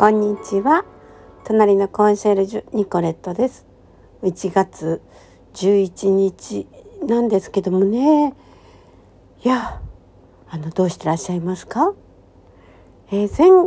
こんにちは。隣のコンシェルジュニコレットです。1月11日なんですけどもね。いや、どうしてらっしゃいますか？前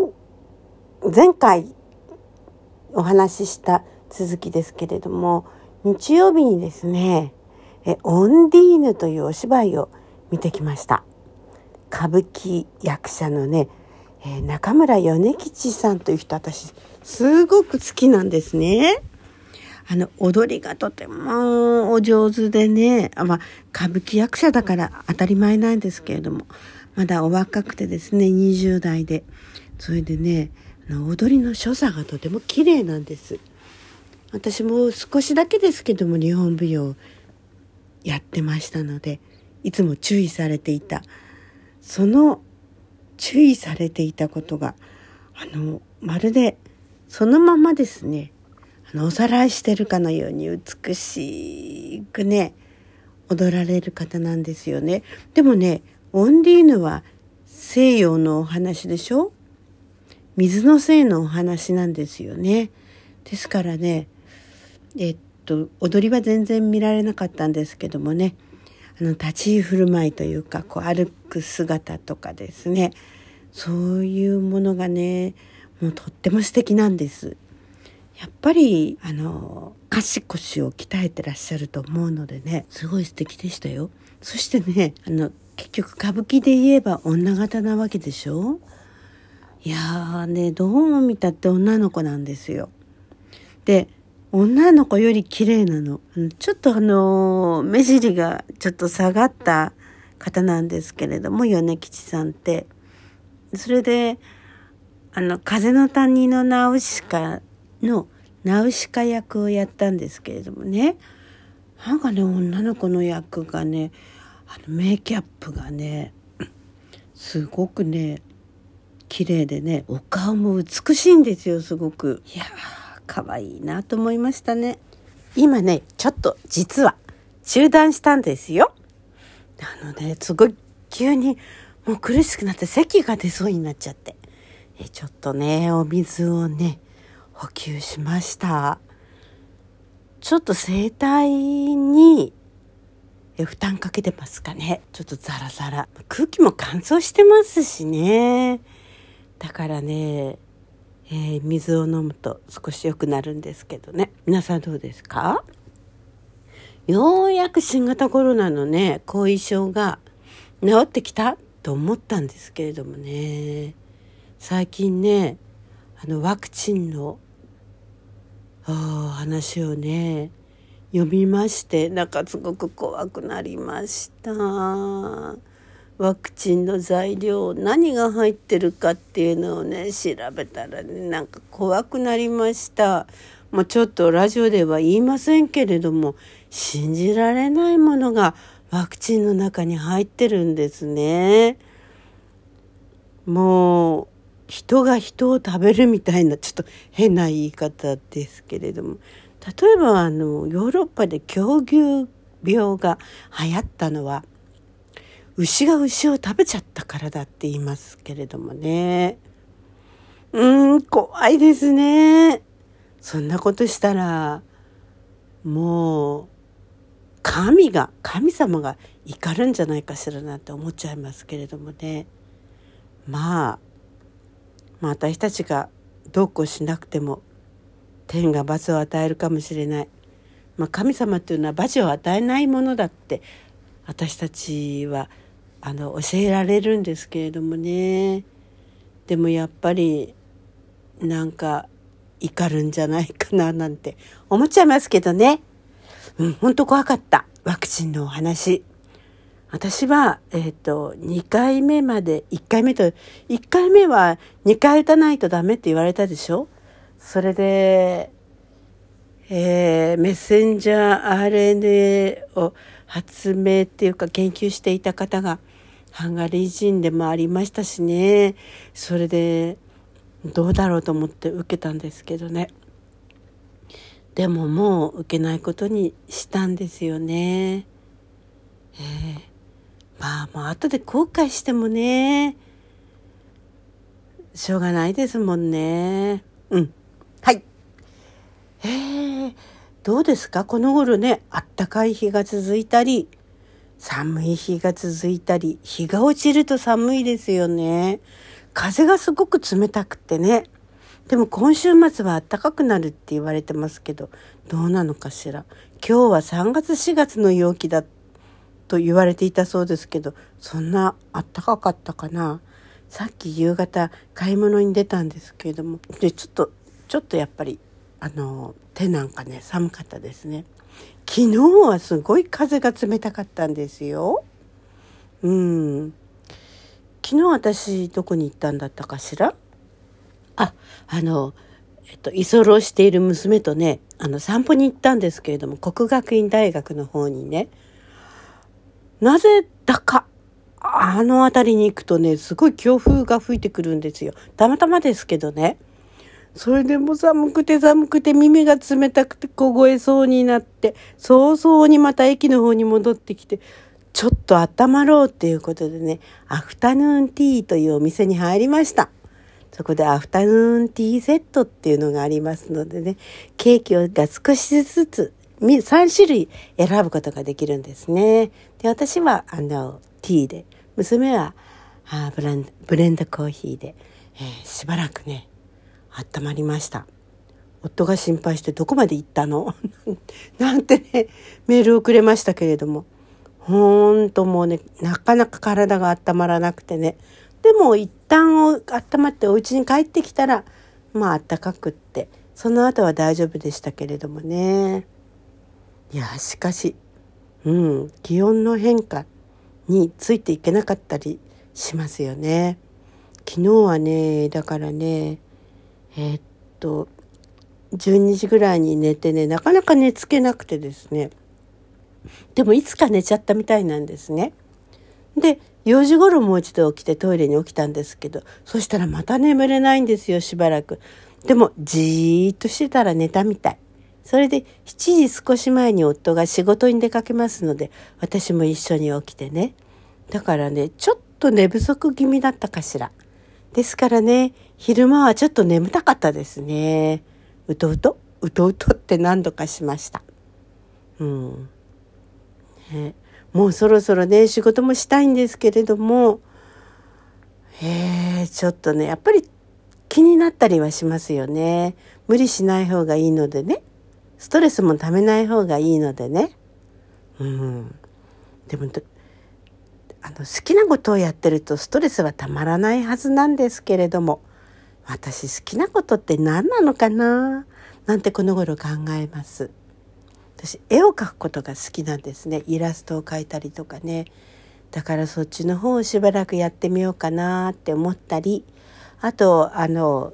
回お話しした続きですけれども、日曜日にですね、オンディーヌというお芝居を見てきました。歌舞伎役者のね、中村米吉さんという人、私すごく好きなんですね。踊りがとてもお上手でね、歌舞伎役者だから当たり前なんですけれども、まだお若くてですね、20代で、それでね、踊りの所作がとても綺麗なんです。私も少しだけですけども日本舞踊やってましたので、いつも注意されていた。その注意されていたことがまるでそのままですね、おさらいしてるかのように美しくね踊られる方なんですよね。でもね、オンディーヌは西洋のお話でしょ。水のせいのお話なんですよね。ですからね、踊りは全然見られなかったんですけどもね、立ち居振る舞いというか、歩く姿とかですね、そういうものがね、もうとっても素敵なんです。やっぱり足腰を鍛えてらっしゃると思うのでね、すごい素敵でしたよ。そしてね、結局歌舞伎で言えば女形なわけでしょ。いやーね、どう見たって女の子なんですよ。で、女の子より綺麗なの。ちょっと目尻がちょっと下がった方なんですけれども、米吉さんって。それで、風の谷のナウシカ役をやったんですけれどもね。なんかね、女の子の役がね、メイキャップがね、すごくね、綺麗でね、お顔も美しいんですよ、すごく。いやー、可愛いなと思いましたね。今ね、ちょっと実は中断したんですよ。すごい急にもう苦しくなって咳が出そうになっちゃって、ちょっとね、お水をね補給しました。ちょっと声帯に負担かけてますかね。ちょっとザラザラ、空気も乾燥してますしね。だからね、水を飲むと少し良くなるんですけどね。皆さんどうですか？ようやく新型コロナのね、後遺症が治ってきたと思ったんですけれどもね、最近ね、ワクチンの話をね読みまして、なんかすごく怖くなりました。ワクチンの材料、何が入ってるかっていうのをね調べたらね、なんか怖くなりました。もうちょっとラジオでは言いませんけれども、信じられないものがワクチンの中に入ってるんですね。もう人が人を食べるみたいな、ちょっと変な言い方ですけれども、例えばヨーロッパで狂牛病が流行ったのは、牛が牛を食べちゃったからだって言いますけれどもね。怖いですね。そんなことしたらもう神様が怒るんじゃないかしらなんて思っちゃいますけれどもね。まあ私たちがどうこうしなくても天が罰を与えるかもしれない。神様というのは罰を与えないものだって私たちは教えられるんですけれどもね。でもやっぱりなんか怒るんじゃないかななんて思っちゃいますけどね。本当怖かった、ワクチンのお話。私は2回目まで、1回目は2回打たないとダメって言われたでしょ。それでメッセンジャー RNA を発明っていうか研究していた方がハンガリー人でもありましたしね。それでどうだろうと思って受けたんですけどね。でももう受けないことにしたんですよね。もう後で後悔してもね、 しょうがないですもんね。はい。どうですかこの頃ね、あったかい日が続いたり、寒い日が続いたり、日が落ちると寒いですよね。風がすごく冷たくてね。でも今週末は暖かくなるって言われてますけど、どうなのかしら。今日は3月4月の陽気だと言われていたそうですけど、そんな暖かかったかな。さっき夕方買い物に出たんですけれども、でちょっとやっぱり手なんかね寒かったですね。昨日はすごい風が冷たかったんですよ。昨日私どこに行ったんだったかしら。居候している娘とね散歩に行ったんですけれども、國學院大學の方にね、なぜだか辺りに行くとねすごい強風が吹いてくるんですよ。たまたまですけどね。それでも寒くて耳が冷たくて凍えそうになって、早々にまた駅の方に戻ってきて、ちょっと温まろうっていうことでね、アフタヌーンティーというお店に入りました。そこでアフタヌーンティーセットっていうのがありますのでね、ケーキが少しずつ3種類選ぶことができるんですね。で、私はティーで、娘はブレンドコーヒーで、しばらくね温まりました。夫が心配してどこまで行ったのなんてねメールをくれましたけれども、ほんともうねなかなか体が温まらなくてね、でも一旦温まってお家に帰ってきたら暖かくって、その後は大丈夫でしたけれどもね。いやしかし気温の変化についていけなかったりしますよね。昨日はねだからね12時ぐらいに寝てね、なかなか寝つけなくてですね、でもいつか寝ちゃったみたいなんですね。で4時頃もう一度起きてトイレに起きたんですけど、そしたらまた眠れないんですよ、しばらく。でもじーっとしてたら寝たみたい。それで7時少し前に夫が仕事に出かけますので、私も一緒に起きてね。だからねちょっと寝不足気味だったかしら。ですからね昼間はちょっと眠たかったですね。うとうとって何度かしました。もうそろそろね仕事もしたいんですけれども、ちょっとねやっぱり気になったりはしますよね。無理しない方がいいのでね、ストレスもためない方がいいのでね。でも好きなことをやってるとストレスはたまらないはずなんですけれども、私好きなことって何なのかななんてこの頃考えます。私絵を描くことが好きなんですね。イラストを描いたりとかね。だからそっちの方をしばらくやってみようかなって思ったり、あとホー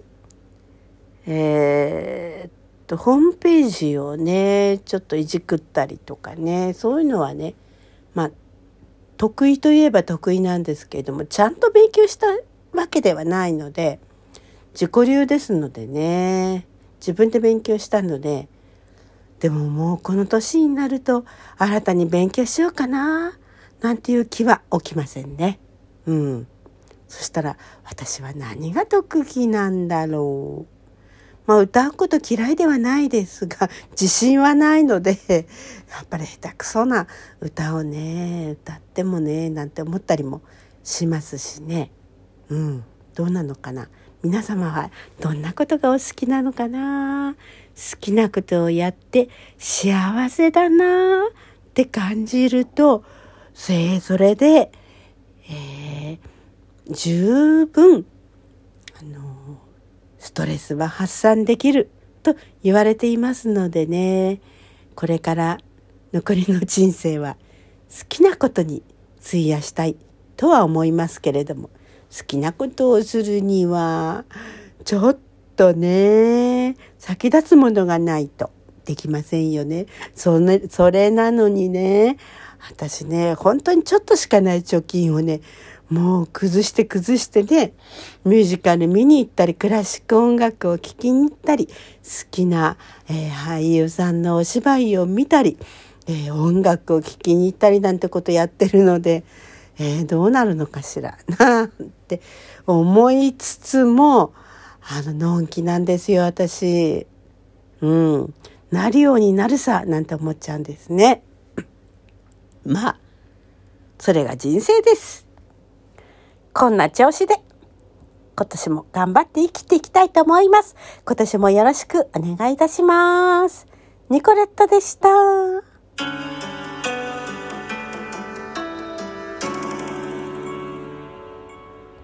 ムページをねちょっといじくったりとかね、そういうのはね得意といえば得意なんですけれども、ちゃんと勉強したわけではないので、自己流ですのでね、自分で勉強したので、でももうこの年になると新たに勉強しようかななんていう気は起きませんね。そしたら私は何が得意なんだろう。歌うこと嫌いではないですが、自信はないので、やっぱり下手くそな歌をね歌ってもねなんて思ったりもしますしね。どうなのかな。皆様はどんなことがお好きなのかな。好きなことをやって幸せだなって感じると、それで、十分ストレスは発散できると言われていますのでね、これから残りの人生は好きなことに費やしたいとは思いますけれども、好きなことをするにはちょっとね先立つものがないとできませんよね。それなのにね、私ね本当にちょっとしかない貯金をねもう崩してね、ミュージカル見に行ったりクラシック音楽を聴きに行ったり、好きな、俳優さんのお芝居を見たり、音楽を聴きに行ったりなんてことやってるので、 どうなるのかしらなんて思いつつも、のんきなんですよ、私。なるようになるさ、なんて思っちゃうんですね。まあ、それが人生です。こんな調子で、今年も頑張って生きていきたいと思います。今年もよろしくお願いいたします。ニコレットでした。